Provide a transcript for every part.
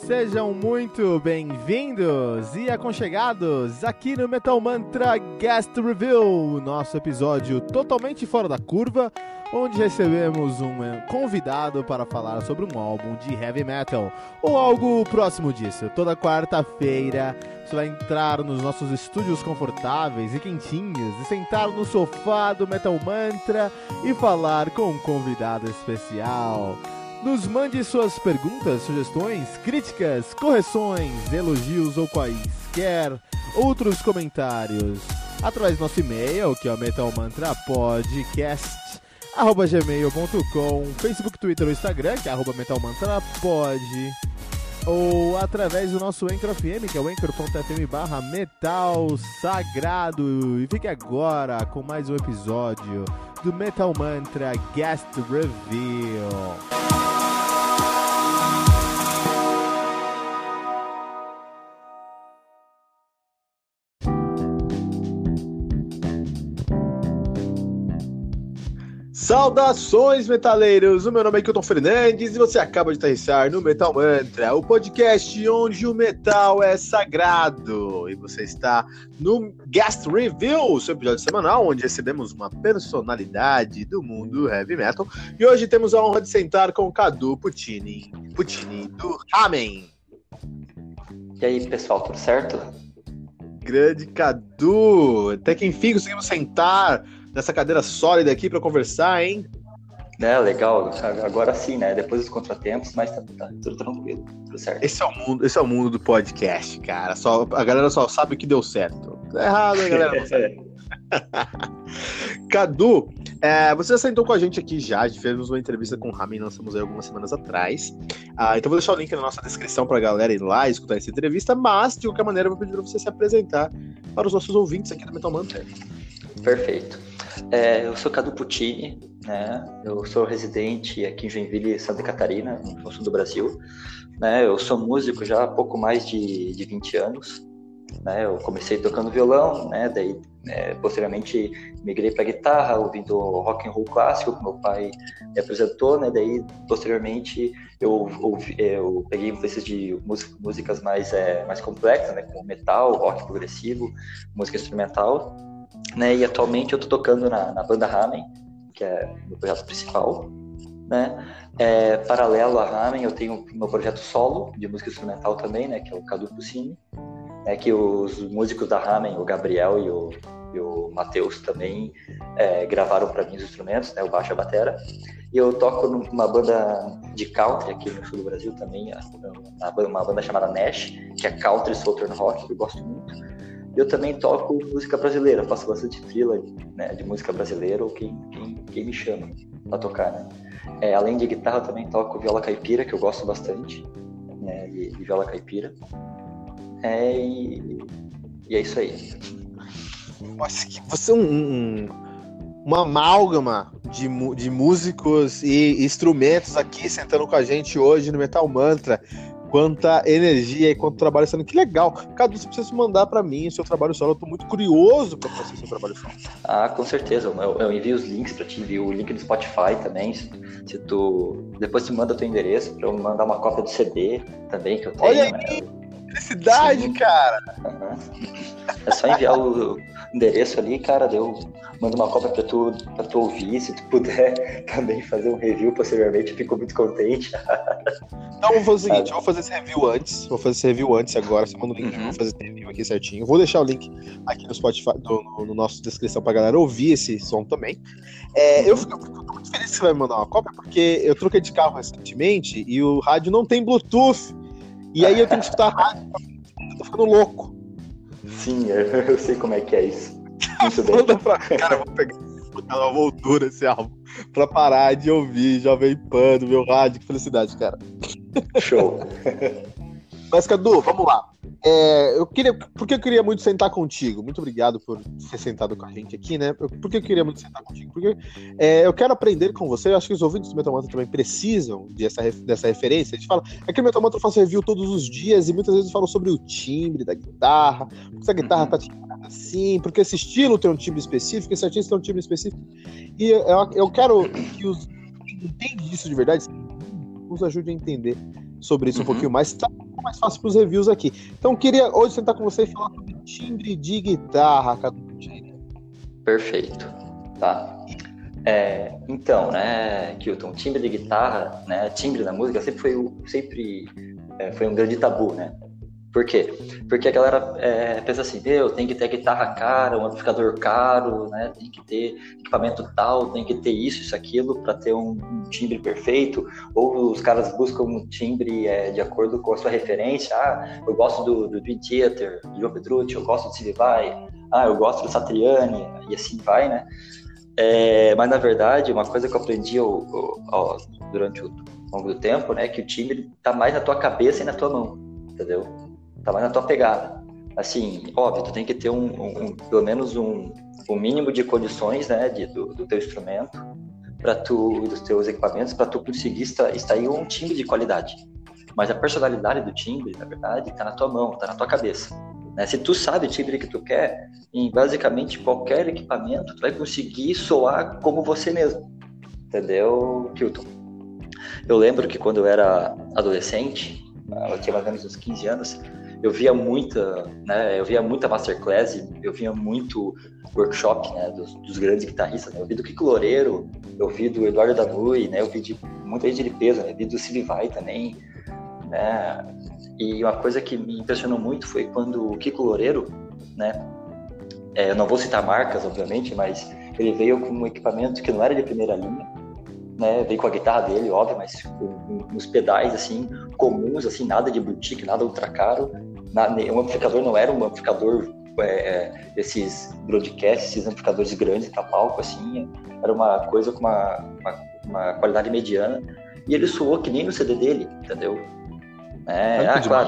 Sejam muito bem-vindos e aconchegados aqui no Metal Mantra Guest Review, nosso episódio totalmente fora da curva, onde recebemos um convidado para falar sobre um álbum de heavy metal, ou algo próximo disso. Toda quarta-feira você vai entrar nos nossos estúdios confortáveis e quentinhos e sentar no sofá do Metal Mantra e falar com um convidado especial. Nos mande suas perguntas, sugestões, críticas, correções, elogios ou quaisquer outros comentários através do nosso e-mail, que é o metalmantrapodcast@gmail.com, Facebook, Twitter ou Instagram, que é @metalmantrapod, ou através do nosso Anchor FM, que é o anchor.fm/metalsagrado. E fique agora com mais um episódio do Metal Mantra Guest Review. Saudações, metaleiros! O meu nome é Kilton Fernandes e você acaba de aterrissar no Metal Mantra, o podcast onde o metal é sagrado. E você está no Guest Review, seu episódio semanal, onde recebemos uma personalidade do mundo heavy metal. E hoje temos a honra de sentar com o Cadu Puccini do Ramen. E aí, pessoal, tudo certo? Grande Cadu! Até que enfim conseguimos sentar nessa cadeira sólida aqui pra conversar, hein? É, legal. Agora sim, né? Depois dos contratempos, mas tá tudo tranquilo, tudo certo. Esse é o mundo do podcast, cara. A galera só sabe o que deu certo. Tá errado, a galera não sabe. Cadu, você já sentou com a gente aqui já, a gente fez uma entrevista com o Ramin, lançamos aí algumas semanas atrás. Então vou deixar o link na nossa descrição pra galera ir lá e escutar essa entrevista, mas de qualquer maneira eu vou pedir pra você se apresentar para os nossos ouvintes aqui do Metal Mantra. Perfeito. Eu sou Cadu Puccini, né? Eu sou residente aqui em Joinville, Santa Catarina, no sul do Brasil. Né? Eu sou músico já há pouco mais de 20 anos. Né? Eu comecei tocando violão, né? Daí posteriormente migrei para guitarra, ouvindo rock and roll clássico, que meu pai me apresentou, né? Daí posteriormente eu peguei influências de músicas mais complexas, né? Como metal, rock progressivo, música instrumental. Né, e atualmente eu tô tocando na banda Ramen, que é o meu projeto principal, né? Paralelo a Ramen, eu tenho meu projeto solo de música instrumental também, né? Que é o Cadu Puccini, né? Que os músicos da Ramen, o Gabriel e o Matheus também gravaram para mim os instrumentos, né? O baixo e a batera. E eu toco numa banda de country aqui no sul do Brasil também, uma banda chamada Nash, que é country southern rock, que eu gosto muito. Eu também toco música brasileira, faço bastante freela, né, de música brasileira, ou quem me chama pra tocar, né? Além de guitarra, eu também toco viola caipira, que eu gosto bastante, né, de viola caipira. E é isso aí. Nossa, você é uma amálgama de músicos e instrumentos aqui sentando com a gente hoje no Metal Mantra. Quanta energia e quanto trabalho sendo. Que legal. Cadu, você precisa mandar pra mim o seu trabalho solo. Eu tô muito curioso pra conhecer o seu trabalho solo. Com certeza. Eu envio os links pra te enviar o link do Spotify também. Se tu... Depois tu manda o teu endereço pra eu mandar uma cópia do CD também que eu tenho. Olha aí! Felicidade, cara! Uhum. É só enviar o endereço ali, cara, eu mando uma cópia pra tu ouvir, se tu puder também fazer um review posteriormente, eu fico muito contente. Então vou fazer o seguinte, eu vou fazer esse review antes agora, você manda o link, eu vou fazer esse review aqui certinho, vou deixar o link aqui no Spotify, no nosso descrição pra galera ouvir esse som também. Eu tô muito feliz que você vai me mandar uma cópia, porque eu troquei de carro recentemente e o rádio não tem Bluetooth, e aí eu tenho que escutar a rádio, eu tô ficando louco. Sim, eu sei como é que é isso. Muito bem. Cara, eu vou pegar uma voltura esse álbum pra parar de ouvir Jovem Pan no meu rádio. Que felicidade, cara. Show. Mas, Cadu, vamos lá. Porque eu queria muito sentar contigo. Muito obrigado por ter sentado com a gente aqui, né? Por que eu queria muito sentar contigo? Porque eu quero aprender com você. Eu acho que os ouvintes do Metal Mantra também precisam dessa referência. A gente fala, aqui no Metal Mantra eu faço review todos os dias e muitas vezes eu falo sobre o timbre da guitarra, porque essa guitarra tá timbrada assim, porque esse estilo tem um timbre específico, esse artista tem um timbre específico. E eu quero que os que entendem disso de verdade nos ajude a entender sobre isso um pouquinho mais, tá mais fácil para os reviews aqui. Então, queria hoje sentar com você e falar sobre timbre de guitarra, Cadu Puccini. Perfeito, tá? Então, né, Kilton, timbre de guitarra, né, timbre na música sempre foi um grande tabu, né? Por quê? Porque a galera pensa assim, tem que ter guitarra cara, um amplificador caro, né? Tem que ter equipamento tal, tem que ter isso, aquilo para ter um timbre perfeito. Ou os caras buscam um timbre de acordo com a sua referência. Eu gosto do Dream Theater, do João Petrucci, eu gosto do Stevie Vai, eu gosto do Satriani, e assim vai, né? Mas na verdade, uma coisa que eu aprendi durante o longo do tempo, né, que o timbre tá mais na tua cabeça e na tua mão, entendeu? Tá mais na tua pegada. Assim, óbvio, tu tem que ter pelo menos um mínimo de condições, né, do teu instrumento, dos teus equipamentos, para tu conseguir extrair um timbre de qualidade. Mas a personalidade do timbre, na verdade, tá na tua mão, tá na tua cabeça. Né? Se tu sabe o timbre que tu quer, em basicamente qualquer equipamento, tu vai conseguir soar como você mesmo. Entendeu, Kilton? Eu lembro que quando eu era adolescente, eu tinha mais ou menos uns 15 anos, eu via muita masterclass, eu via muito workshop, né, dos grandes guitarristas, né? Eu vi do Kiko Loureiro, eu vi do Eduardo Danui, né, eu vi de muita gente de peso, né, eu vi do Stevie Vai também, né, e uma coisa que me impressionou muito foi quando o Kiko Loureiro, né, eu não vou citar marcas, obviamente, mas ele veio com um equipamento que não era de primeira linha, né, veio com a guitarra dele, óbvio, mas com uns pedais, assim, comuns, assim, nada de boutique, nada ultra caro. O amplificador não era um amplificador, esses broadcasts, esses amplificadores grandes para palco, assim, era uma coisa com uma qualidade mediana, e ele soou que nem no CD dele, entendeu? Claro.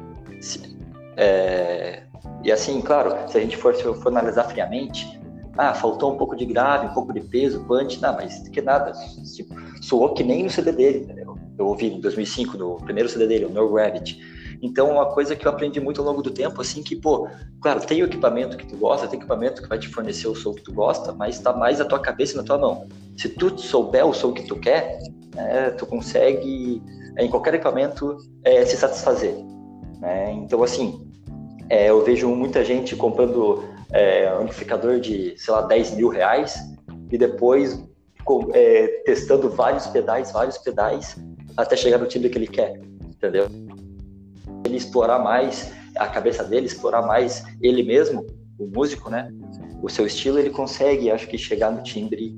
E assim, claro, se a gente for analisar friamente, faltou um pouco de grave, um pouco de peso, punch, não, mas que nada, tipo, soou que nem no CD dele, entendeu? Eu ouvi em 2005, no primeiro CD dele, o No Gravity. Então, uma coisa que eu aprendi muito ao longo do tempo, assim, que, claro, tem o equipamento que tu gosta, tem equipamento que vai te fornecer o som que tu gosta, mas tá mais na tua cabeça e na tua mão. Se tu souber o som que tu quer, tu consegue, em qualquer equipamento, se satisfazer, né? Então, assim, eu vejo muita gente comprando amplificador de, sei lá, 10 mil reais e depois testando vários pedais, até chegar no timbre que ele quer, entendeu? Ele explorar mais a cabeça dele, explorar mais ele mesmo, o músico, né? O seu estilo, ele consegue, acho que, chegar no timbre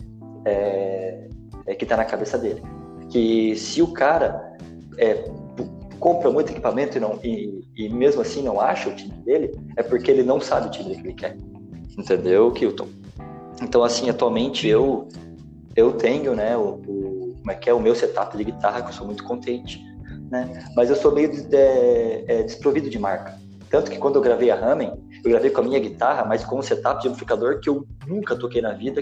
que tá na cabeça dele. Que se o cara compra muito equipamento e mesmo assim não acha o timbre dele, é porque ele não sabe o timbre que ele quer. Entendeu, Kilton? Então, assim, atualmente eu tenho, né, o meu setup de guitarra, que eu sou muito contente, né? Mas eu sou meio desprovido de marca. Tanto que quando eu gravei a Hammond, eu gravei com a minha guitarra, mas com um setup de amplificador que eu nunca toquei na vida,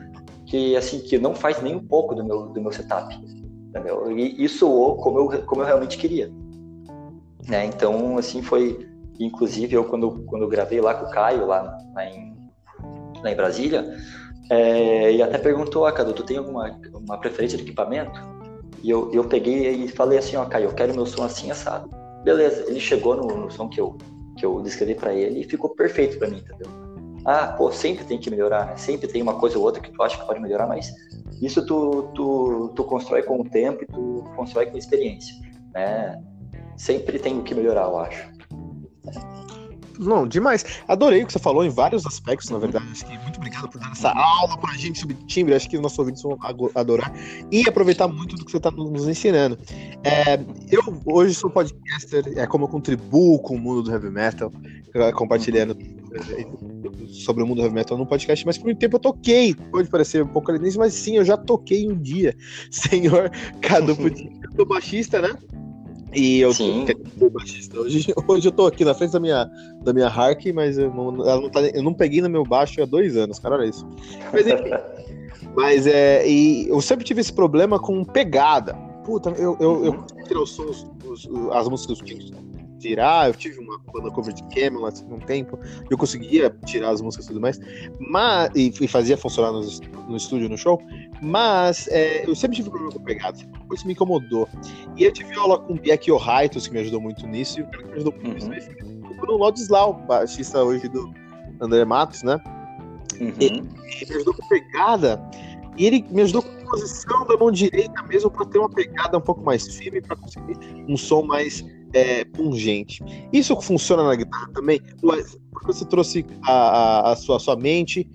que não faz nem um pouco do meu setup. Entendeu? E soou como eu realmente queria. Né? Então, assim, foi... Inclusive, eu quando eu gravei lá com o Caio, lá em Brasília, ele até perguntou, Cadu, tu tem uma preferência de equipamento? E eu peguei e falei assim, Caio, eu quero meu som assim, assado. Beleza, ele chegou no som que eu descrevi pra ele e ficou perfeito pra mim, entendeu? Sempre tem que melhorar, né? Sempre tem uma coisa ou outra que tu acha que pode melhorar, mas isso tu constrói com o tempo e tu constrói com experiência, né? Sempre tem o que melhorar, eu acho. Não, demais. Adorei o que você falou em vários aspectos, na verdade. Acho que muito obrigado por dar essa aula pra gente sobre timbre. Acho que os nossos ouvintes vão adorar e aproveitar muito do que você está nos ensinando. Eu hoje sou podcaster, como eu contribuo com o mundo do heavy metal, compartilhando sobre o mundo do heavy metal no podcast, mas por muito tempo eu toquei. Pode parecer um pouco alienígena, mas sim, eu já toquei um dia. Senhor Cadu Puccini, eu sou baixista, né? E eu sou baixista. Hoje eu tô aqui na frente da minha Hark, mas eu não peguei no meu baixo há 2 anos, cara, olha isso. Mas enfim. E eu sempre tive esse problema com pegada. Puta, eu tirar os sons, as músicas tirar. Eu tive uma banda cover de Camelot há um tempo, eu conseguia tirar as músicas e tudo mais, mas, e fazia funcionar no estúdio, no show, mas eu sempre tive problema com pegada, isso me incomodou. E eu tive aula com o Biek Ohaitos, que me ajudou muito nisso, e o cara que me ajudou muito nisso foi o Bruno Lodislau, baixista hoje do André Matos, né? Ele me ajudou com pegada, e ele me ajudou com a posição da mão direita mesmo, para ter uma pegada um pouco mais firme, para conseguir um som mais pungente. Isso funciona na guitarra também? Porque você trouxe a sua mente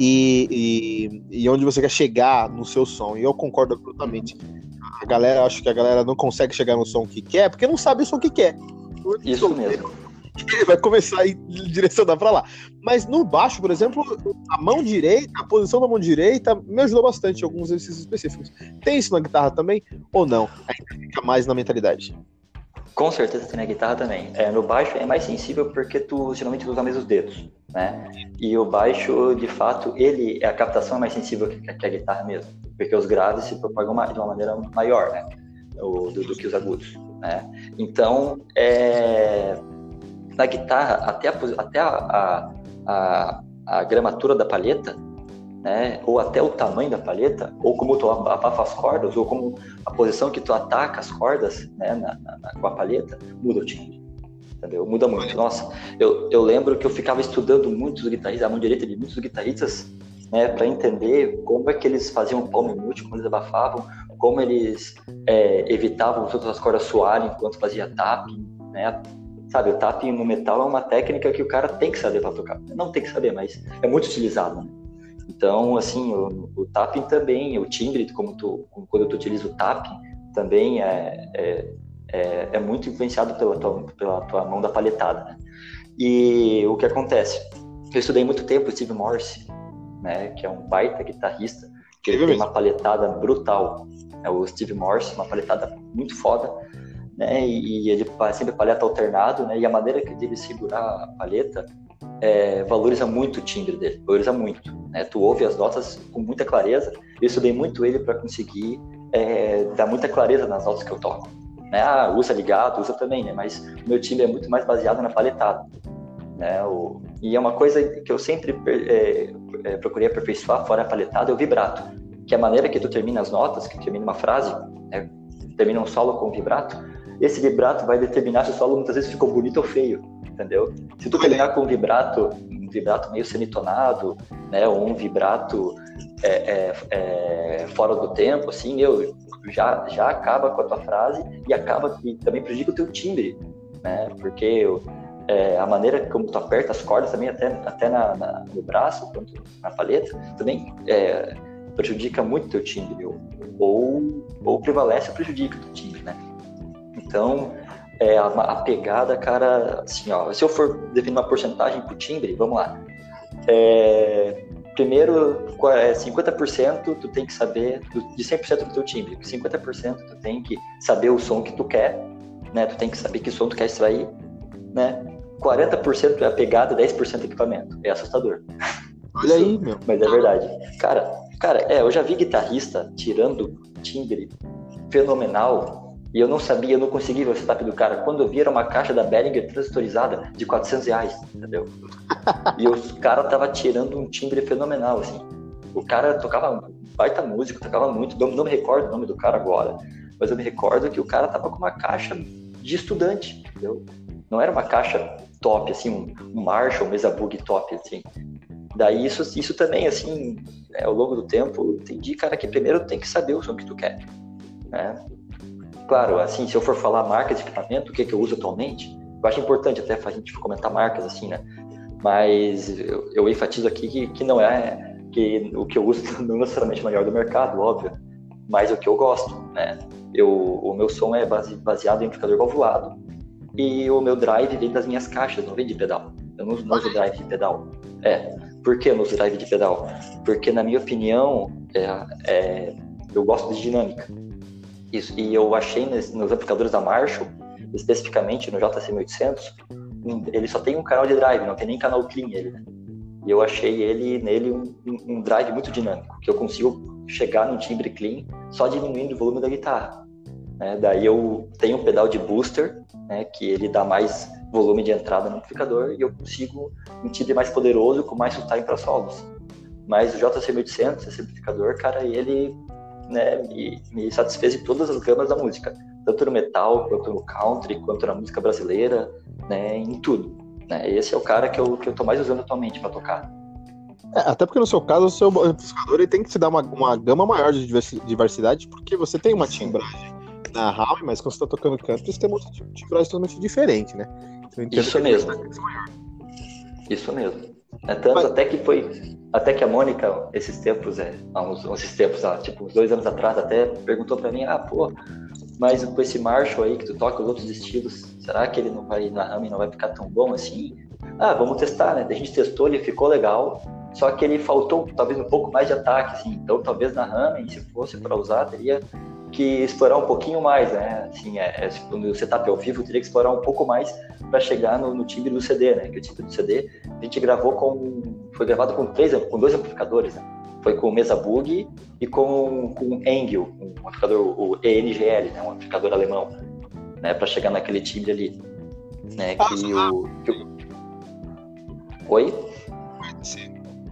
e onde você quer chegar no seu som, e eu concordo absolutamente. Acho que a galera não consegue chegar no som que quer, porque não sabe o som que quer. Isso mesmo. Ele vai começar a ir direcionar pra lá. Mas no baixo, por exemplo, a mão direita, a posição da mão direita me ajudou bastante em alguns exercícios específicos. Tem isso na guitarra também ou não? Ainda fica mais na mentalidade. Com certeza tem na guitarra também. No baixo é mais sensível porque tu geralmente usa mais os dedos, né? E o baixo, de fato, a captação é mais sensível que a guitarra mesmo, porque os graves se propagam de uma maneira maior, né? Do que os agudos, né? Então, na guitarra, até a gramatura da palheta, né, ou até o tamanho da palheta, ou como tu abafa as cordas, ou como a posição que tu ataca as cordas, né, com a palheta, muda o timbre, entendeu? Muda muito. Nossa, eu lembro que eu ficava estudando muitos guitarristas, a mão direita de muitos guitarristas, né, para entender como é que eles faziam o palm mute, como eles abafavam, como eles evitavam as outras cordas soarem enquanto fazia tapping, né? Sabe, o tapping no metal é uma técnica que o cara tem que saber para tocar. Não tem que saber, mas é muito utilizado, né? Então, assim, o tapping também, o timbre, quando tu utiliza o tapping, também é muito influenciado pela tua mão da palhetada, né? E o que acontece? Eu estudei muito tempo o Steve Morse, né, que é um baita guitarrista, que ele tem uma palhetada brutal. O Steve Morse, uma palhetada muito foda, né, e ele sempre palheta alternado, né, e a maneira que ele segurar a palheta valoriza muito o timbre dele, valoriza muito, né, tu ouve as notas com muita clareza. Eu estudei muito ele para conseguir dar muita clareza nas notas que eu toco, né, usa ligado, usa também, né, mas o meu timbre é muito mais baseado na palhetada, né, e é uma coisa que eu sempre procurei aperfeiçoar, fora a palhetada, é o vibrato, que é a maneira que tu termina as notas, que termina uma frase, né, termina um solo com vibrato. Esse vibrato vai determinar se o solo muitas vezes ficou bonito ou feio, entendeu? Se tu terminar com um vibrato meio semitonado, né, ou um vibrato fora do tempo, assim, já acaba com a tua frase e também prejudica o teu timbre, né? Porque a maneira como tu aperta as cordas também, até no braço, na palheta, também prejudica muito o teu timbre, ou prevalece ou prejudica o teu timbre, né? Então, a pegada, cara, assim, ó, se eu for definir uma porcentagem pro timbre, vamos lá. Primeiro, 50% tu tem que saber, de 100% do teu timbre, 50% tu tem que saber o som que tu quer, né? Tu tem que saber que som tu quer extrair, né? 40% é a pegada, 10% é equipamento. É assustador. Olha aí, meu. Mas é verdade. Cara, eu já vi guitarrista tirando timbre fenomenal e eu não conseguia ver o setup do cara. Quando eu vi, era uma caixa da Behringer transistorizada de R$400, entendeu? E o cara tava tirando um timbre fenomenal, assim. O cara tocava baita música, tocava muito. Não me recordo o nome do cara agora, mas eu me recordo que o cara tava com uma caixa de estudante, entendeu? Não era uma caixa top, assim, um Marshall, um Mesa Bug top, assim. Daí isso também, assim, ao longo do tempo, eu entendi, cara, que primeiro tem que saber o som que tu quer, né? Claro, assim, se eu for falar marcas de equipamento, o que eu uso atualmente, eu acho importante até a gente comentar marcas, assim, né? Mas eu enfatizo aqui que não é que o que eu uso não necessariamente é o melhor do mercado, óbvio, mas o que eu gosto, né? O meu som é baseado em amplificador valvulado e o meu drive vem das minhas caixas, não vem de pedal. Eu não uso drive de pedal. Por que eu não uso drive de pedal? Porque, na minha opinião, eu gosto de dinâmica. Isso, e eu achei nos amplificadores da Marshall, especificamente no JCM800, ele só tem um canal de drive, não tem nem canal clean ele, né? E eu achei nele um drive muito dinâmico, que eu consigo chegar num timbre clean só diminuindo o volume da guitarra, né? Daí eu tenho um pedal de booster, né, que ele dá mais volume de entrada no amplificador e eu consigo um timbre mais poderoso com mais sotaque para solos. Mas o JC1800, esse amplificador, cara, ele, né, me satisfez em todas as gamas da música, tanto no metal, quanto no country, quanto na música brasileira, né, em tudo. Né? Esse é o cara que eu tô mais usando atualmente para tocar. Até porque no seu caso, o seu amplificador ele tem que te dar uma gama maior de diversidade, porque você tem uma timbragem na Howe, mas quando você está tocando country, você tem uma timbragem totalmente diferente, né? Então, isso mesmo. Isso mesmo. Tanto até que a Mônica, esses tempos, tipo uns 2 anos atrás, até perguntou para mim, mas com esse Marshall aí que tu toca os outros estilos, será que ele não vai, na Rami não vai ficar tão bom assim? Vamos testar, né? A gente testou, ele ficou legal, só que ele faltou talvez um pouco mais de ataque, assim. Então talvez na Rami, se fosse para usar, teria que explorar um pouquinho mais, né? Assim, no setup ao vivo, teria que explorar um pouco mais para chegar no timbre do CD, né? Que o timbre do CD a gente foi gravado com 2 amplificadores, né? Foi com o Mesa Bug e com Engel, um amplificador, o ENGL, né? Um amplificador alemão, né? Para chegar naquele timbre ali, né? Oi? Sim.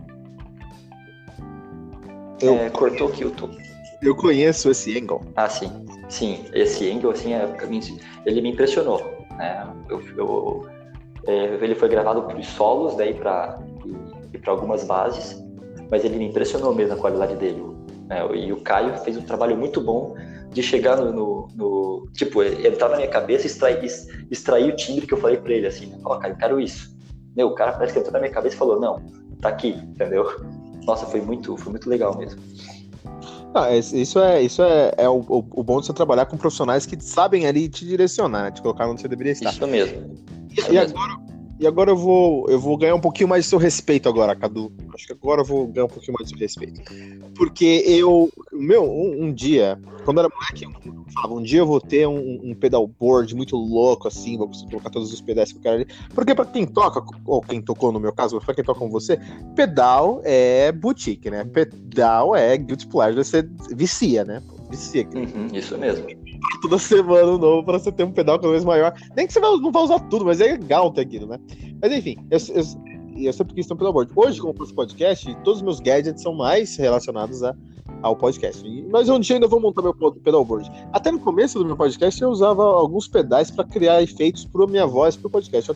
Cortou aqui o tom. Eu conheço esse Engel. Sim, esse Engel, assim, ele me impressionou, né? Ele foi gravado para os solos, daí para algumas bases, mas ele me impressionou mesmo a qualidade dele. E o Caio fez um trabalho muito bom de chegar tipo, entrar na minha cabeça e extrair o timbre que eu falei para ele, assim, né? Caio, eu quero isso. O cara parece que entrou na minha cabeça e falou, não, tá aqui, entendeu? Nossa, foi muito legal mesmo. Isso é o bom de você trabalhar com profissionais que sabem ali te direcionar, né? Te colocar onde você deveria estar. Isso mesmo. E agora eu vou ganhar um pouquinho mais de seu respeito agora, Cadu. Acho que agora eu vou ganhar um pouquinho mais de seu respeito. Porque um dia, quando eu era moleque, eu falava, um dia eu vou ter um pedalboard muito louco, assim, vou conseguir colocar todos os pedais que eu quero ali. Porque pra quem toca, ou quem tocou no meu caso, pra quem toca com você, pedal é boutique, né? Pedal é guilty pleasure, você vicia, né? Vicia. Isso mesmo. Toda semana um novo pra você ter um pedal cada vez maior. Nem que você não vai usar tudo, mas é legal ter aquilo, né? Mas enfim, eu sempre quis ter um pedalboard. Hoje, como eu faço podcast, todos os meus gadgets são mais relacionados ao podcast. Mas um dia ainda vou montar meu pedalboard. Até no começo do meu podcast eu usava alguns pedais para criar efeitos para minha voz pro podcast.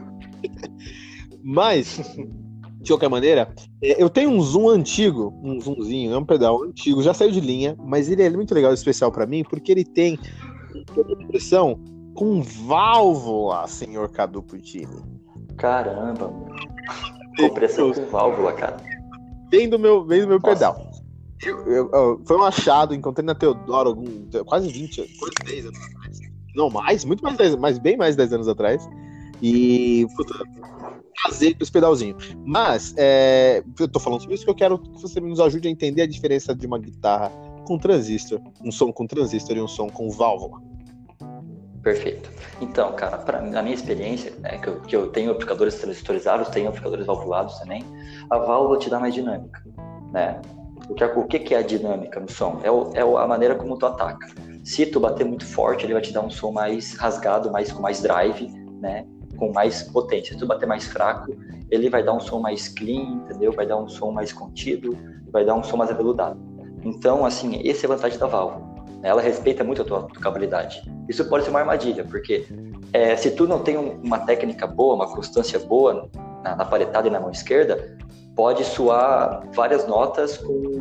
Mas, de qualquer maneira, eu tenho um zoom antigo, um zoomzinho, é um pedal antigo, já saiu de linha, mas ele é muito legal e especial para mim, porque ele tem compressão com válvula, senhor Cadu Puccini. Caramba, compressão com válvula, cara. Vem do meu pedal. Foi um achado, encontrei na Teodoro quase 20 anos, quase 10 anos atrás. Não, muito mais 10, mas bem mais 10 anos atrás. E fazer com esse pedalzinho. Mas eu tô falando sobre isso porque eu quero que você nos ajude a entender a diferença de uma guitarra com transistor, um som com transistor e um som com válvula. Perfeito. Então, cara, na minha experiência, né, que eu tenho amplificadores transistorizados, tenho amplificadores valvulados também, a válvula te dá mais dinâmica, né? O que é a dinâmica no som? É a maneira como tu ataca. Se tu bater muito forte, ele vai te dar um som mais rasgado, com mais drive, né? Com mais potência. Se tu bater mais fraco, ele vai dar um som mais clean, entendeu? Vai dar um som mais contido, vai dar um som mais aveludado. Então, assim, essa é a vantagem da válvula. Ela respeita muito a tua tocabilidade. Isso pode ser uma armadilha, porque se tu não tem uma técnica boa, uma constância boa na paletada e na mão esquerda, pode soar várias notas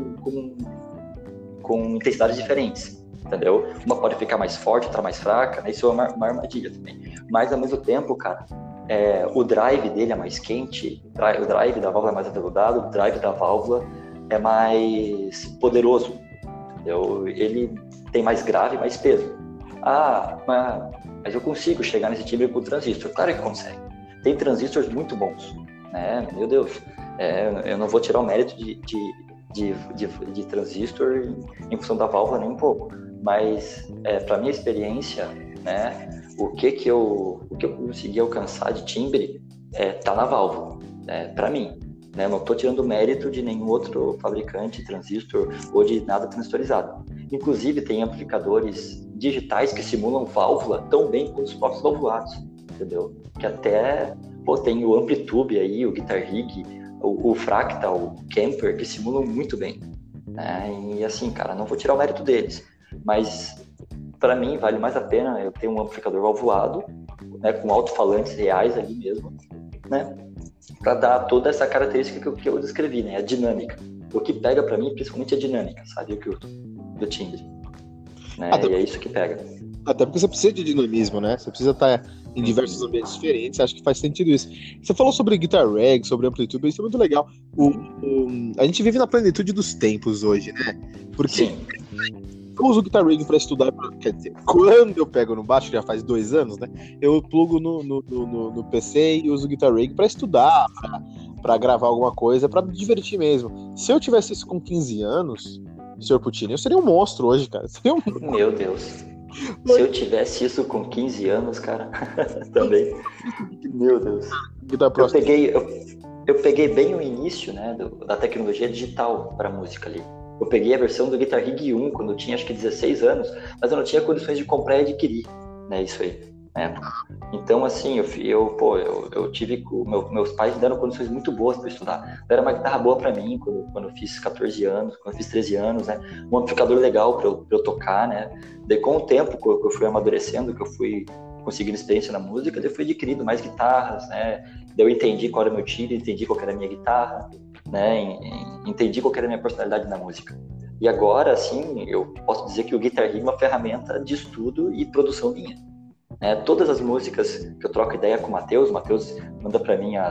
com intensidades diferentes, entendeu? Uma pode ficar mais forte, outra mais fraca, né? Isso é uma armadilha também. Mas, ao mesmo tempo, cara, o drive dele é mais quente, o drive da válvula é mais aveludado, o drive da válvula é mais poderoso, entendeu? Ele tem mais grave e mais peso. Mas eu consigo chegar nesse timbre com transistor. Claro que consegue. Tem transistores muito bons, né? Meu Deus. Eu não vou tirar o mérito de transistor em função da válvula nem um pouco. Mas, para minha experiência, né, o que eu consegui alcançar de timbre tá na válvula, para mim. Né? Não estou tirando mérito de nenhum outro fabricante de transistor ou de nada transistorizado. Inclusive, tem amplificadores digitais que simulam válvula tão bem quanto os próprios valvulados, entendeu? Que até, tem o Amplitube aí, o Guitar Rig, o Fractal, o Kemper, que simulam muito bem, né? E assim, cara, não vou tirar o mérito deles, mas para mim vale mais a pena eu ter um amplificador valvulado, né, com alto-falantes reais ali mesmo, né, para dar toda essa característica que eu descrevi, né, a dinâmica. O que pega para mim, principalmente, é a dinâmica, sabe, do timbre, né, e é isso que pega. Até porque você precisa de dinamismo, né, você precisa estar em diversos ambientes diferentes, acho que faz sentido isso. Você falou sobre Guitar Reg, sobre Amplitude, isso é muito legal. A gente vive na plenitude dos tempos hoje, né, porque... Sim. Eu uso o Guitar Rig para estudar, quer dizer, quando eu pego no baixo, já faz 2 anos, né? Eu plugo no PC e uso o Guitar Rig para estudar, para gravar alguma coisa, para me divertir mesmo. Se eu tivesse isso com 15 anos, Sr. Puccini, eu seria um monstro hoje, cara. Meu Deus. Se eu tivesse isso com 15 anos, cara, também. Meu Deus. Eu peguei bem o início, né, da tecnologia digital para música ali. Eu peguei a versão do Guitar Rig 1 quando eu tinha acho que 16 anos, mas eu não tinha condições de comprar e adquirir, né, isso aí, né? Então, assim, eu tive, meus pais me deram condições muito boas para estudar. Era uma guitarra boa para mim quando eu fiz 14 anos, quando eu fiz 13 anos, né? Um amplificador legal para eu tocar, né? Daí, com o tempo que eu fui amadurecendo, que eu fui conseguindo experiência na música, daí eu fui adquirindo mais guitarras, né? Daí eu entendi qual era o meu timbre, entendi qual era a minha guitarra, né? Entendi qual era a minha personalidade na música. E agora, assim, eu posso dizer que o Guitar Rig é uma ferramenta de estudo e produção minha. Né? Todas as músicas que eu troco ideia com o Matheus manda para mim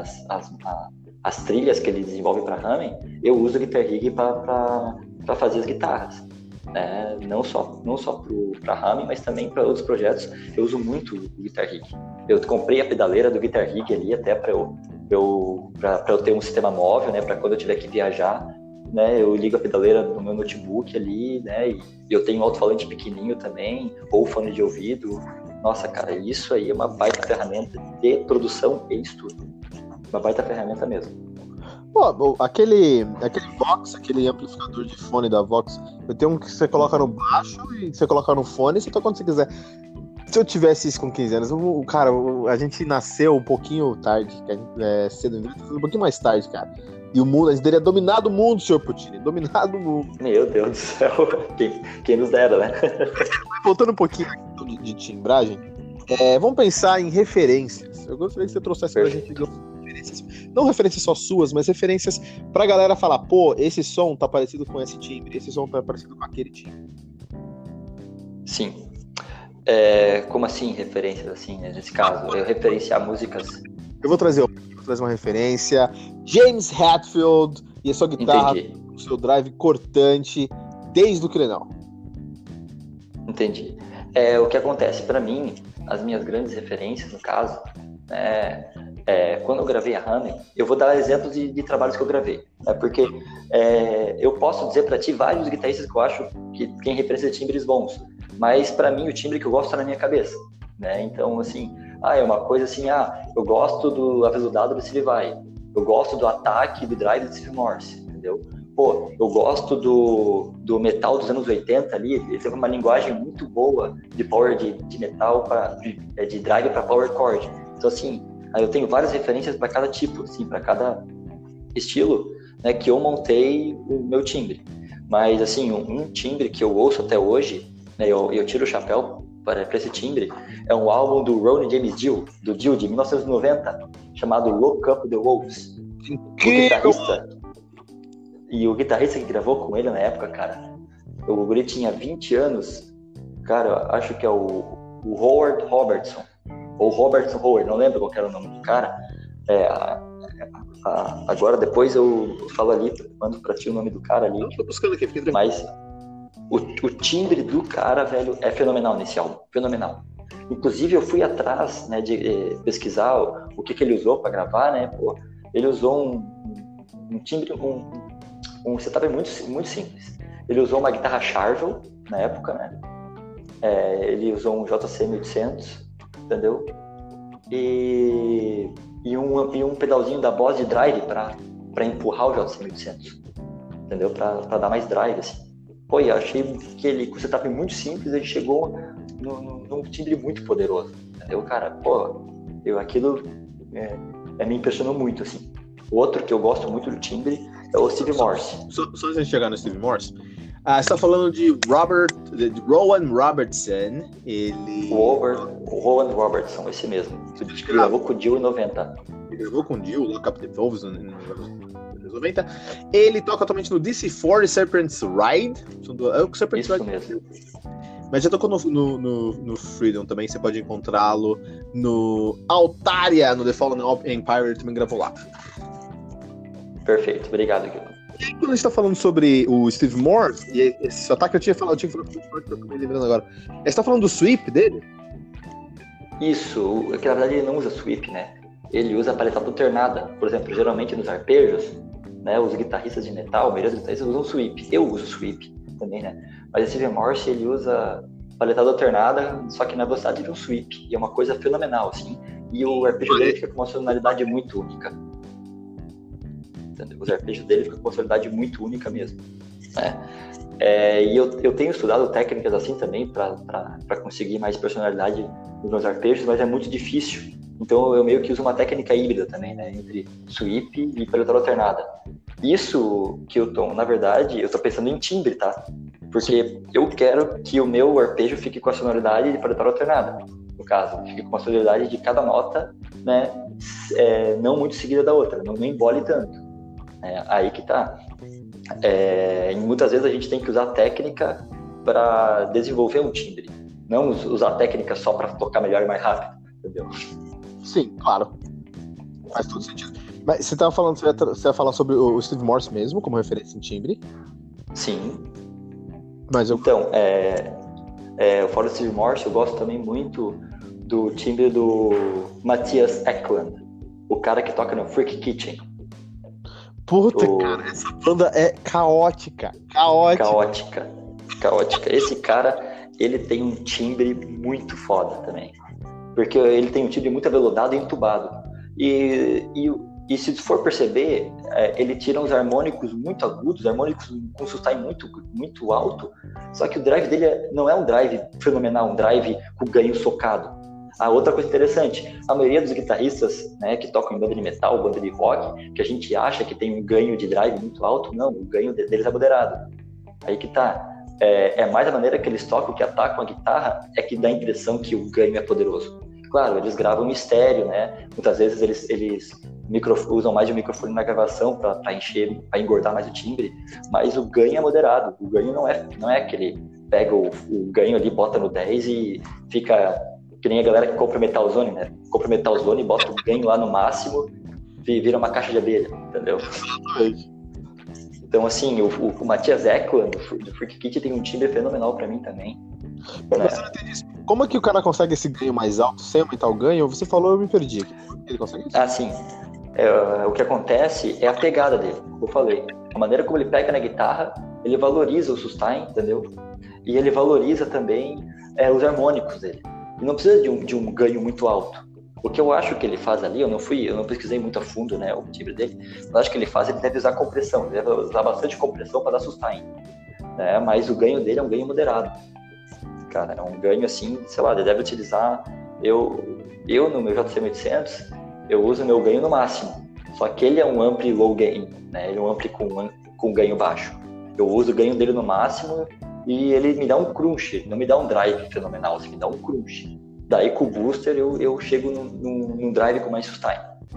as trilhas que ele desenvolve para Hammond, eu uso o Guitar Rig para fazer as guitarras. Né? Não só para Hammond, mas também para outros projetos, eu uso muito o Guitar Rig. Eu comprei a pedaleira do Guitar Rig ali até para eu ter um sistema móvel, né, para quando eu tiver que viajar, né, eu ligo a pedaleira no meu notebook ali, né, e eu tenho um alto-falante pequenininho também, ou fone de ouvido. Nossa, cara, isso aí é uma baita ferramenta de produção e estudo. Uma baita ferramenta mesmo. Pô, aquele Vox, aquele amplificador de fone da Vox, eu tenho um que você coloca no baixo e você coloca no fone e você toca quando você quiser. Se eu tivesse isso com 15 anos, cara, a gente nasceu um pouquinho tarde, cedo, um pouquinho mais tarde, cara. E o mundo, a gente teria dominado o mundo, Sr. Puccini, dominado o mundo. Meu Deus do céu, quem nos dera, né? Voltando um pouquinho de timbragem, vamos pensar em referências. Eu gostaria que você trouxesse pra gente referências, não referências só suas, mas referências pra galera falar, pô, esse som tá parecido com esse timbre, esse som tá parecido com aquele timbre. Sim. Como assim, referências assim, né, nesse caso? Eu referenciar músicas... Eu vou trazer uma referência. James Hetfield e a sua guitarra, o seu drive cortante, desde o Crenal. Entendi. O que acontece, para mim, as minhas grandes referências, no caso, quando eu gravei a Hammond, eu vou dar exemplos de trabalhos que eu gravei, né, porque eu posso dizer para ti vários guitarristas que eu acho que quem representa timbres bons, mas para mim o timbre que eu gosto está na minha cabeça, né? Então, assim, é uma coisa assim, eu gosto do aveludado do Steve Vai, eu gosto do ataque do drive do Steve Morse, entendeu? Pô, eu gosto do metal dos anos 80 ali, ele teve uma linguagem muito boa de power de metal, de drive para power chord. Então, assim, aí eu tenho várias referências para cada tipo, assim, para cada estilo, né, que eu montei o meu timbre. Mas, assim, um timbre que eu ouço até hoje, né, eu tiro o chapéu para esse timbre, é um álbum do Ronnie James Dio, de 1990, chamado Look Up the Wolves. O guitarrista que gravou com ele na época, cara, o guri tinha 20 anos, cara, eu acho que é o Howard Robertson, ou Robertson Howard, não lembro qual era o nome do cara. Agora, depois eu falo ali, mando pra ti o nome do cara ali. Eu tô buscando aqui, fiquei tranquilo. Mas o timbre do cara, velho, é fenomenal nesse álbum, fenomenal. Inclusive, eu fui atrás, né, de pesquisar o que ele usou para gravar, né, pô. Ele usou um timbre, um setup muito, muito simples. Ele usou uma guitarra Charvel, na época, né, ele usou um JC 1800, entendeu? E um pedalzinho da Boss de drive para empurrar o JC 1800, entendeu? Para dar mais drive, assim. Pô, eu achei que ele, com um setup muito simples, ele chegou num timbre muito poderoso. Entendeu, cara? Pô, aquilo me impressionou muito, assim. O outro que eu gosto muito do timbre é o Steve Morse. Só antes de chegar no Steve Morse, você tá falando de Rowan Robertson. Ele... O Rowan Robertson, esse mesmo. Ele gravou com o Dio em 90. Ele gravou com o Dio, Lock Up the Wolves, nos anos 90. Ele toca atualmente no DC4 e Serpent's Ride. Serpent's Isso Ride mesmo. Mas já tocou no Freedom também, você pode encontrá-lo no Altaria, no The Fallen Empire, ele também gravou lá. Perfeito, obrigado, Guilherme. E aí, quando a gente tá falando sobre o Steve Morse, e esse ataque eu tinha que falar com o Steve Morse, eu acabei lembrando agora. Você tá falando do sweep dele? Isso, que na verdade ele não usa sweep, né? Ele usa a paletada alternada. Por exemplo, geralmente nos arpejos, né, os guitarristas de metal, a maioria dos guitarristas usam sweep. Eu uso sweep também, né? Mas o Steve Morse, ele usa paletada alternada, só que na velocidade de um sweep. E é uma coisa fenomenal, assim. E o arpejo dele fica com uma sonoridade muito única. Entendeu? Os arpejos dele ficam com uma sonoridade muito única mesmo. Né? E eu tenho estudado técnicas assim também para conseguir mais personalidade nos meus arpejos, mas é muito difícil. Então eu meio que uso uma técnica híbrida também, né? Entre sweep e paletada alternada. Isso, Kilton, na verdade, eu tô pensando em timbre, tá? Porque eu quero que o meu arpejo fique com a sonoridade de paletada alternada. No caso, fique com a sonoridade de cada nota, né? Não muito seguida da outra, não embole tanto. Aí que tá. E muitas vezes a gente tem que usar técnica para desenvolver um timbre, não usar técnica só para tocar melhor e mais rápido, entendeu? Sim, claro. Faz todo sentido. Mas você tava falando, você ia falar sobre o Steve Morse mesmo, como referência em timbre? Sim. Mas Então, fora do Steve Morse, eu gosto também muito do timbre do Matthias Eklund, o cara que toca no Freak Kitchen. Puta, cara, essa banda é caótica. Esse cara, ele tem um timbre muito foda também. Porque ele tem um timbre muito aveludado e entubado. E se for perceber, ele tira uns harmônicos muito agudos, harmônicos com sustain muito, muito alto. Só que o drive dele não é um drive fenomenal, um drive com ganho socado. Outra coisa interessante, a maioria dos guitarristas, né, que tocam em banda de metal, banda de rock, que a gente acha que tem um ganho de drive muito alto, não, o ganho deles é moderado. Aí que tá. Mais a maneira que eles tocam, que atacam a guitarra, é que dá a impressão que o ganho é poderoso. Claro, eles gravam em estéreo, né? Muitas vezes eles usam mais de um microfone na gravação para engordar mais o timbre, mas o ganho é moderado. O ganho não é aquele pega o ganho ali, bota no 10 e fica que nem a galera que compra o Metalzone, né? Compra o Metalzone e bota o ganho lá no máximo e vira uma caixa de abelha, entendeu? Então, assim, o Matthias Eklund, do Freak Kitchen, tem um timbre fenomenal pra mim também. Mas você não entende isso. Como é que o cara consegue esse ganho mais alto sem aumentar o ganho? Você falou, eu me perdi. Ele consegue isso? Sim. O que acontece é a pegada dele, como eu falei. A maneira como ele pega na guitarra, ele valoriza o sustain, entendeu? E ele valoriza também os harmônicos dele. E não precisa de um ganho muito alto. O que eu acho que ele faz ali, eu não pesquisei muito a fundo, né, o timbre dele, mas acho que ele deve usar compressão, ele deve usar bastante compressão para dar sustain, né, mas o ganho dele é um ganho moderado, cara, é um ganho assim, sei lá, ele deve utilizar, eu no meu JCM800, eu uso o meu ganho no máximo, só que ele é um ampli low gain, né, ele é um ampli com ganho baixo, eu uso o ganho dele no máximo e ele me dá um crunch, não me dá um drive fenomenal, assim, me dá um crunch. Daí com o booster eu chego num drive com mais sustain.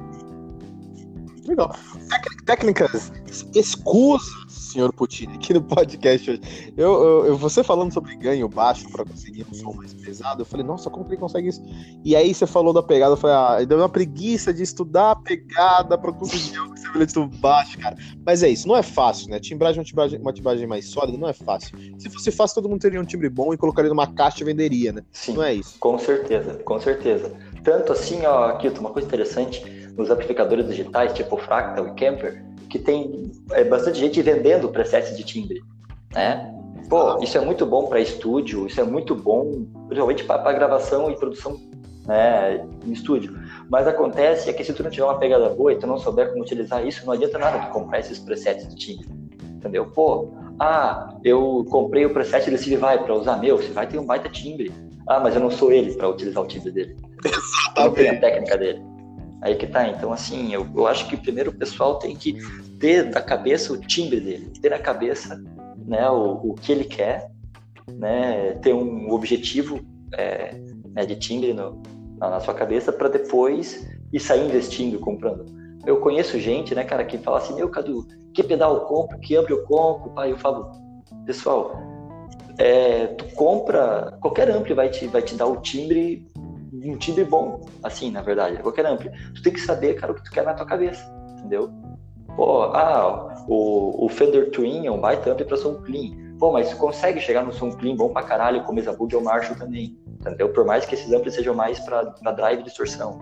Legal. Técnicas escusas, senhor Puccini, aqui no podcast hoje. Você falando sobre ganho baixo para conseguir um som mais pesado, eu falei, nossa, como que ele consegue isso? E aí você falou da pegada, eu falei, deu uma preguiça de estudar a pegada para conseguir um estabilidade baixo, cara. Mas é isso, não é fácil, né? Uma timbragem mais sólida não é fácil. Se fosse fácil, todo mundo teria um timbre bom e colocaria numa caixa e venderia, né? Sim, não é isso. Com certeza. Tanto assim, ó, Kilton, uma coisa interessante, nos amplificadores digitais, tipo Fractal e Kemper, que tem bastante gente vendendo presets de timbre, né? Pô, isso é muito bom para estúdio, isso é muito bom, principalmente para gravação e produção, né, em estúdio. Mas acontece que se tu não tiver uma pegada boa e tu não souber como utilizar isso, não adianta nada tu comprar esses presets de timbre, entendeu? Pô, eu comprei o preset do Steve Vai para usar. Meu, você vai ter um baita timbre. Mas eu não sou ele para utilizar o timbre dele. Eu não tenho a técnica dele. Aí que tá. Então, assim, eu acho que primeiro o pessoal tem que ter na cabeça o timbre dele, ter na cabeça, né, o que ele quer, né, ter um objetivo né, de timbre na sua cabeça para depois ir sair investindo, comprando. Eu conheço gente, né, cara, que fala assim, meu, Cadu, que pedal eu compro, que amplo eu compro? Eu falo, pessoal, tu compra, qualquer ampli vai te dar o timbre, um timbre bom, assim, na verdade, qualquer ampli. Tu tem que saber, cara, o que tu quer na tua cabeça, entendeu? Pô, o Fender Twin é um baita ampli pra som clean. Pô, mas tu consegue chegar no som clean bom pra caralho com Mesa Bug ou Marshall também, entendeu? Por mais que esses amplis sejam mais pra drive e distorção.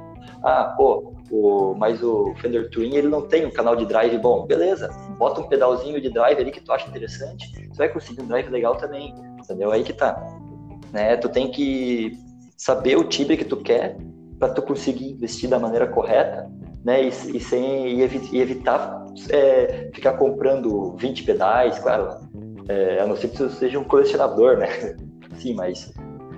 Mas o Fender Twin, ele não tem um canal de drive bom. Beleza, bota um pedalzinho de drive ali que tu acha interessante, você vai conseguir um drive legal também, entendeu? Aí que tá, né? Tu tem que saber o timbre que tu quer para tu conseguir investir da maneira correta, né? E evitar ficar comprando 20 pedais, claro, a não ser que tu seja um colecionador, né? Sim, mas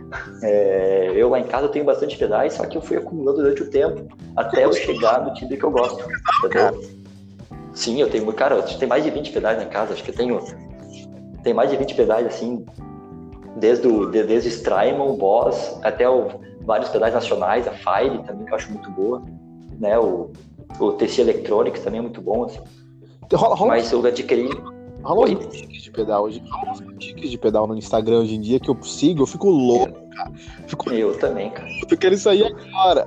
eu lá em casa tenho bastante pedais, só que eu fui acumulando durante o tempo até eu chegar no timbre que eu gosto, entendeu? Sim, eu tenho mais de 20 pedais na casa, acho que tem mais de 20 pedais, assim, desde o Strymon, Boss, até vários pedais nacionais, a Fire também, que eu acho muito boa, né, o TC Electronics também é muito bom, assim. Mas eu adquiri... Rola uns boutiques de pedal hoje. Rola uns boutiques de pedal no Instagram hoje em dia que eu sigo, eu fico louco, cara. Eu também, cara. Eu quero sair agora.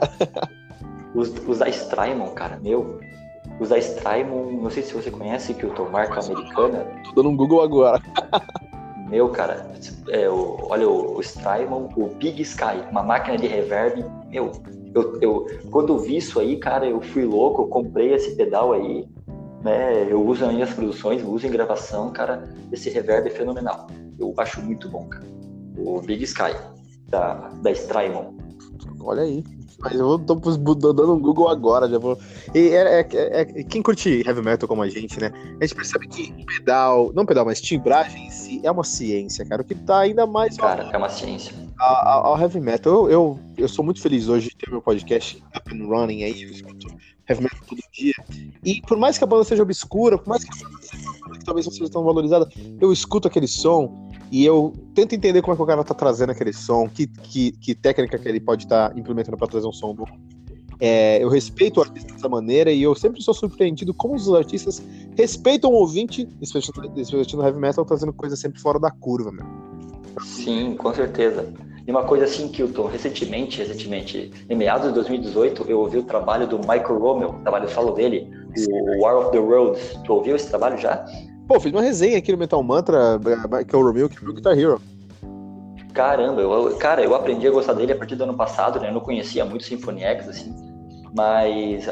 Os da Strymon, cara, os da Strymon, não sei se você conhece, que eu tô marca americana. Tô dando um Google agora. Meu, cara, olha o Strymon, o Big Sky, uma máquina de reverb. Meu, quando eu vi isso aí, cara, eu fui louco, eu comprei esse pedal aí, né? Eu uso nas minhas produções, eu uso em gravação, cara. Esse reverb é fenomenal. Eu acho muito bom, cara. O Big Sky, da Strymon. Olha aí. Mas eu tô dando um Google agora, já vou. E quem curte heavy metal como a gente, né? A gente percebe que mas timbragem em si é uma ciência, cara. O que tá ainda mais. Cara, é uma ciência. Ao heavy metal. Eu sou muito feliz hoje de ter meu podcast up and running aí. Eu escuto heavy metal todo dia. E por mais que a banda seja obscura, por mais que a banda seja uma banda que talvez não seja tão valorizada, eu escuto aquele som. E eu tento entender como é que o cara tá trazendo aquele som, que técnica que ele pode estar implementando para trazer um som bom. Eu respeito o artista dessa maneira e eu sempre sou surpreendido como os artistas respeitam o ouvinte, especialmente no heavy metal, trazendo coisa sempre fora da curva, meu. Sim, com certeza. E uma coisa assim, Kilton, recentemente, em meados de 2018, eu ouvi o trabalho do Michael Rommel, o trabalho solo dele, o War of the Roads. Tu ouviu esse trabalho já? Pô, fiz uma resenha aqui no Metal Mantra, que é o Romeo, que é o Guitar Hero. Caramba, eu aprendi a gostar dele a partir do ano passado, né? Eu não conhecia muito Symphony X, assim, mas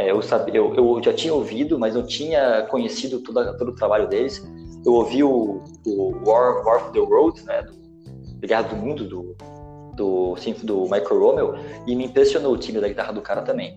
eu já tinha ouvido, mas não tinha conhecido todo o trabalho deles. Eu ouvi o War of the Roads, né? Do Guerra do Mundo, do Michael Rommel, e me impressionou o timbre da guitarra do cara também.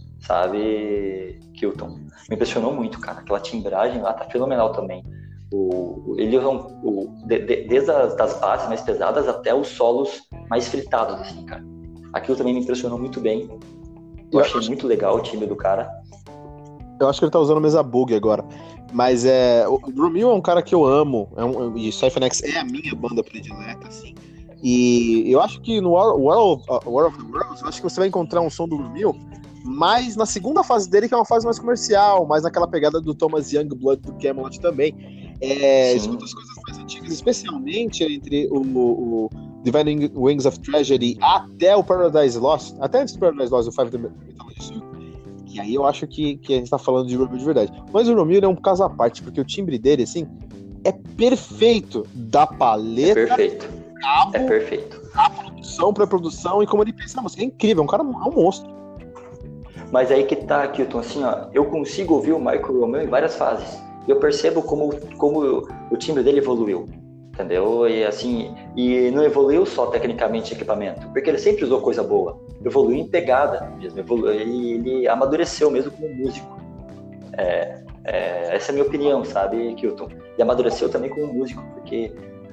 Sabe, Kilton? Me impressionou muito, cara. Aquela timbragem lá tá fenomenal também. Eles usam desde as bases mais pesadas até os solos mais fritados, assim, cara. Aquilo também me impressionou muito bem. Eu achei muito legal o timbre do cara. Eu acho que ele tá usando Mesa Bug agora. Mas o Romeo é um cara que eu amo. E Symphony X é a minha banda predileta, assim. E eu acho que no War of the Worlds, eu acho que você vai encontrar um som do Romeo mais na segunda fase dele, que é uma fase mais comercial, mais naquela pegada do Thomas Youngblood do Camelot também. Escuta as coisas mais antigas, especialmente entre o Divine Wings of Tragedy até o Paradise Lost, até antes do Paradise Lost, o Five the Metal, que aí eu acho que a gente tá falando de Romeo de verdade. Mas o Romeo é um caso à parte, porque o timbre dele, assim, é perfeito da paleta. É perfeito. A produção, pré-produção e como ele pensa na música. É incrível, é um monstro. Mas aí que tá, Kilton, assim, ó, eu consigo ouvir o Michael Rommel em várias fases. Eu percebo como o timbre dele evoluiu, entendeu? E assim, e não evoluiu só tecnicamente equipamento, porque ele sempre usou coisa boa. Evoluiu em pegada mesmo, ele amadureceu mesmo como músico. Essa é a minha opinião, sabe, Kilton? E amadureceu também como músico, porque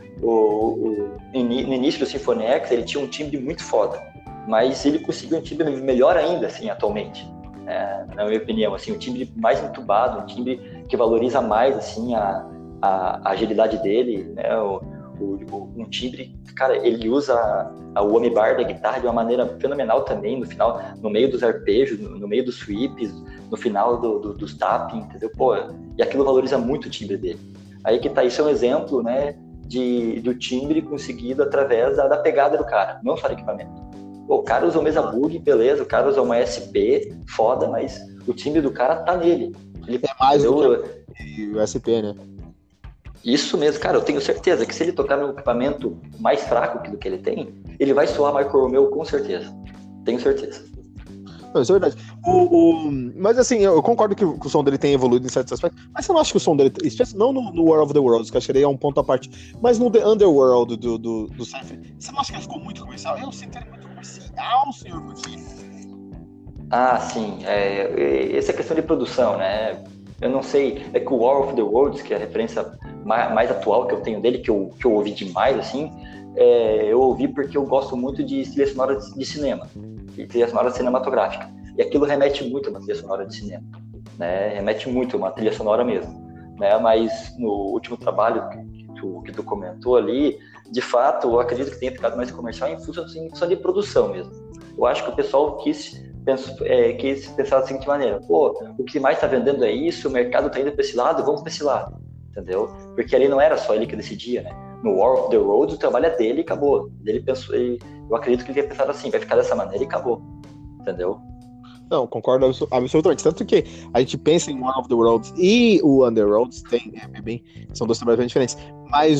no início do Symphony X ele tinha um timbre muito foda, mas ele conseguiu um timbre melhor ainda, assim, atualmente. Na minha opinião, assim, um timbre mais entubado, um timbre que valoriza mais, assim, a agilidade dele, né? Um timbre, cara, ele usa o omni-bar da guitarra de uma maneira fenomenal também, no final, no meio dos arpejos, no meio dos sweeps, no final dos tapping, entendeu? Pô, e aquilo valoriza muito o timbre dele. Aí que tá, isso é um exemplo, né, do timbre conseguido através da pegada do cara, não só do equipamento. Pô, o cara usa uma mesa bug, beleza, o cara usa uma SP, foda, mas o timbre do cara tá nele. Ele, é mais do que o SP, né? Isso mesmo, cara, eu tenho certeza que se ele tocar num equipamento mais fraco do que ele tem, ele vai soar Michael Romeo com certeza. Tenho certeza. Não, isso é verdade. Mas assim, eu concordo que o som dele tem evoluído em certos aspectos, mas eu não acho que o som dele, não no War of the Worlds, que eu acho que ele é um ponto à parte, mas no The Underworld do Cypher, você não acha que ele ficou muito comercial? Eu sinto ele muito comercial, senhor Coutinho. Ah, sim. Essa é questão de produção, né? Eu não sei, é que o War of the Worlds, que é a referência mais atual que eu tenho dele, que eu ouvi demais, assim, eu ouvi porque eu gosto muito de trilha sonora de cinema, e trilha sonora cinematográfica. E aquilo remete muito a uma trilha sonora de cinema, né? Remete muito a uma trilha sonora mesmo, né? Mas no último trabalho que tu comentou ali, de fato, eu acredito que tenha ficado mais comercial em função de produção mesmo. Eu acho que o pessoal quis pensar da seguinte maneira: pô, o que mais está vendendo é isso, o mercado está indo para esse lado, vamos para esse lado, entendeu? Porque ali não era só ele que decidia, né? No War of the Roads, o trabalho é dele e acabou. Eu acredito que ele ia pensar assim, vai ficar dessa maneira e acabou, entendeu? Não, concordo absolutamente. Tanto que a gente pensa em War of the Worlds e o Underworlds, são dois trabalhos bem diferentes. Mas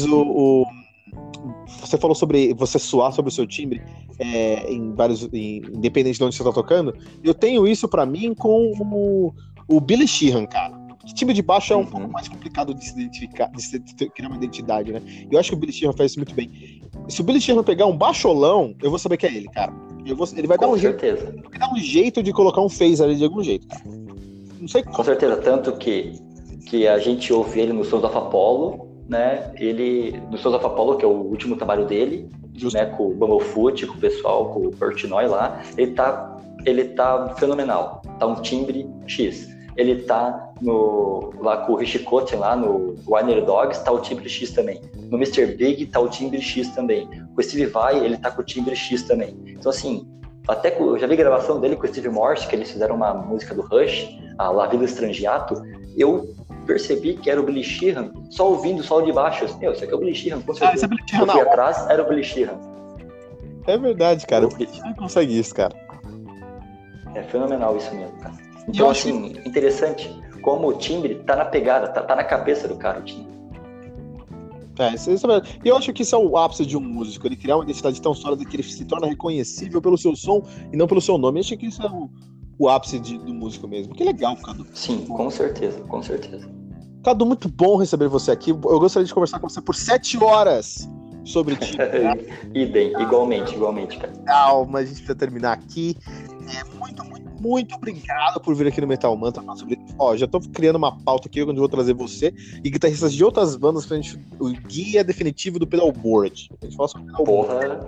você falou sobre você suar sobre o seu timbre independente de onde você tá tocando. Eu tenho isso pra mim com o Billy Sheehan, cara. O timbre de baixo é um pouco mais complicado de se identificar, de criar uma identidade, né? Eu acho que o Billy Sheehan faz isso muito bem. Se o Billy Sheehan pegar um baixolão, eu vou saber que é ele, cara. Ele vai dar um jeito. Vai dar um jeito de colocar um phase ali de algum jeito, cara. Não sei como. Com certeza, tanto que a gente ouve ele no Sons of Apollo, né? Ele no Sons of Apollo, que é o último trabalho dele, né? Com o Bumblefoot, com o pessoal, com o Portnoy lá, ele tá fenomenal. Tá um timbre X. Ele tá lá com o Richie Kotzen, lá no Winer Dogs, tá o timbre X também. No Mr. Big tá o timbre X também. Com o Steve Vai, ele tá com o timbre X também. Então, assim, eu já vi gravação dele com o Steve Morse, que eles fizeram uma música do Rush, a La Vida Estrangiato. Eu percebi que era o Billy Sheehan só ouvindo o solo de baixo. Isso aqui é o Billy Sheehan, com certeza. Eu fui atrás, era o Billy Sheehan. É verdade, cara. O Billy Sheehan consegue isso, cara. É fenomenal isso mesmo, cara. Então, assim, interessante como o timbre tá na pegada, tá na cabeça do cara, o timbre. Isso é verdade. E eu acho que isso é o ápice de um músico, ele criar uma identidade tão sólida que ele se torna reconhecível pelo seu som e não pelo seu nome. Eu acho que isso é o ápice do músico mesmo. Que legal, Cadu. Sim, com certeza, com certeza. Cadu, muito bom receber você aqui. Eu gostaria de conversar com você por 7 horas sobre ti. Idem, igualmente, cara. Não, mas a gente precisa terminar aqui. Muito obrigado por vir aqui no Metal Mantra falar sobre isso. Já tô criando uma pauta aqui onde eu vou trazer você e guitarristas de outras bandas pra gente, o guia definitivo do pedalboard. A gente fala sobre pedalboard.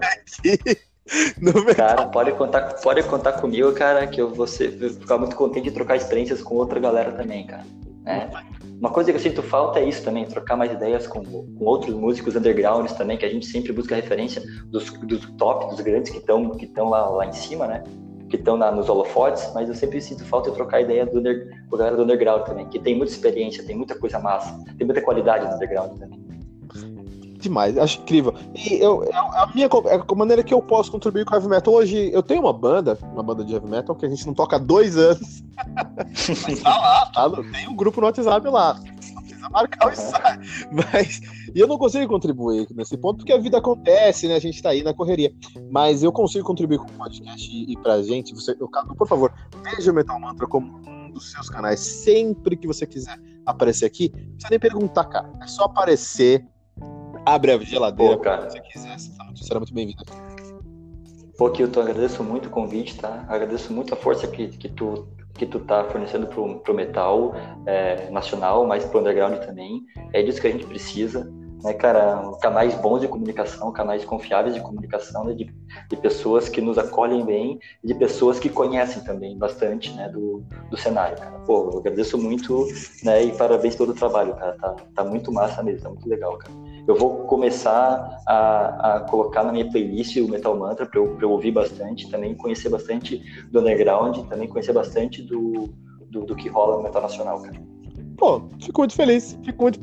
Cara, pode contar comigo, cara, que eu vou ficar muito contente de trocar experiências com outra galera também, cara. Né? Uma coisa que eu sinto falta é isso também, trocar mais ideias com outros músicos undergrounds também, que a gente sempre busca referência dos top, dos grandes que estão lá em cima, né? Que estão nos holofotes, mas eu sempre sinto falta de trocar ideia com a galera do underground também, que tem muita experiência, tem muita coisa massa, tem muita qualidade no underground também. Demais, acho incrível. E a maneira que eu posso contribuir com o heavy metal hoje, eu tenho uma banda de heavy metal que a gente não toca há 2 anos. Mas tá lá, tem um grupo no WhatsApp lá. Não precisa marcar o ensaio. E eu não consigo contribuir nesse ponto, porque a vida acontece, né? A gente tá aí na correria. Mas eu consigo contribuir com o podcast e pra gente. Por favor, veja o Metal Mantra como um dos seus canais. Sempre que você quiser aparecer aqui, não precisa nem perguntar, cara. É só aparecer. Abre a geladeira, cara. Se você quiser, você será muito bem-vindo. Pô, Kilton, agradeço muito o convite, tá? Agradeço muito a força que tu que tu tá fornecendo pro metal nacional, mas pro underground também. É disso que a gente precisa, né, cara? Canais bons de comunicação, canais confiáveis de comunicação, né, de pessoas que nos acolhem bem e de pessoas que conhecem também bastante, né, do cenário, cara. Pô, eu agradeço muito, né, e parabéns pelo trabalho, cara. Tá muito massa mesmo, tá muito legal, cara. Eu vou começar a colocar na minha playlist o Metal Mantra pra eu ouvir bastante, também conhecer bastante do underground, também conhecer bastante do que rola no metal nacional, cara. Pô, fico muito feliz.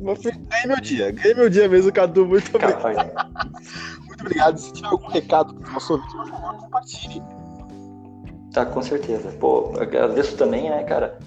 Ganhei meu dia mesmo, Cadu. Muito obrigado. Muito obrigado. Se tiver algum recado para o nosso ouvinte, por favor, compartilhe. Tá, com certeza. Pô, agradeço também, né, cara,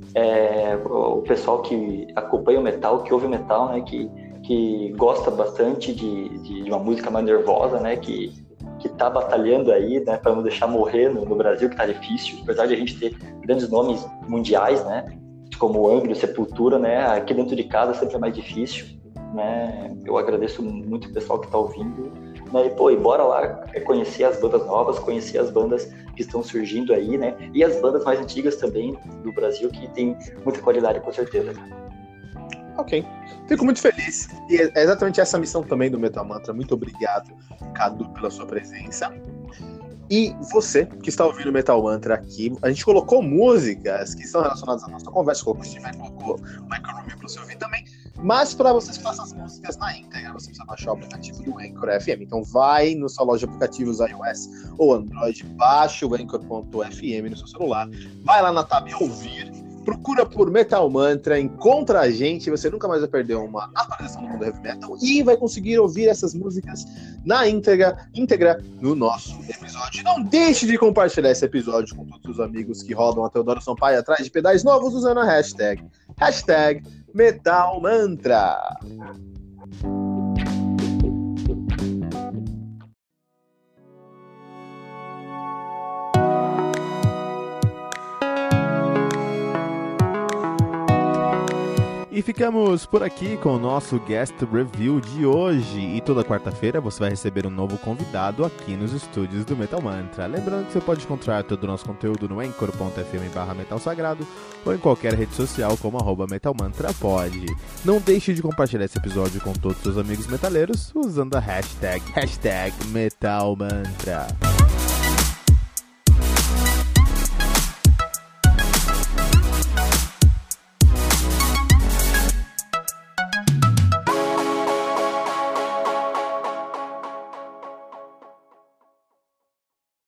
o pessoal que acompanha o metal, que ouve o metal, né, que gosta bastante de uma música mais nervosa, né, que tá batalhando aí, né, para não deixar morrer no Brasil, que tá difícil, apesar de a gente ter grandes nomes mundiais, né, como Angra, Sepultura, né, aqui dentro de casa sempre é mais difícil, né. Eu agradeço muito o pessoal que tá ouvindo, né, e bora lá conhecer as bandas novas, conhecer as bandas que estão surgindo aí, né, e as bandas mais antigas também do Brasil, que tem muita qualidade, com certeza. Ok, fico muito feliz, e é exatamente essa a missão também do Metal Mantra. Muito obrigado, Cadu, pela sua presença. E você que está ouvindo o Metal Mantra aqui, a gente colocou músicas que estão relacionadas à nossa conversa, colocou o Michael Room para você ouvir também, mas para vocês que façam as músicas na íntegra, você precisa baixar o aplicativo do Anchor FM. Então vai na sua loja de aplicativos iOS ou Android, baixa o Anchor.fm no seu celular, vai lá na tab Ouvir, procura por Metal Mantra, encontra a gente, você nunca mais vai perder uma atualização do mundo heavy metal e vai conseguir ouvir essas músicas na íntegra no nosso episódio. Não deixe de compartilhar esse episódio com todos os amigos que rodam a Teodoro Sampaio atrás de pedais novos usando a hashtag Metal Mantra. E ficamos por aqui com o nosso Guest Review de hoje. E toda quarta-feira você vai receber um novo convidado aqui nos estúdios do Metal Mantra. Lembrando que você pode encontrar todo o nosso conteúdo no anchor.fm/metalsagrado ou em qualquer rede social como @metalmantrapod. Não deixe de compartilhar esse episódio com todos os seus amigos metaleiros usando a hashtag Metal Mantra.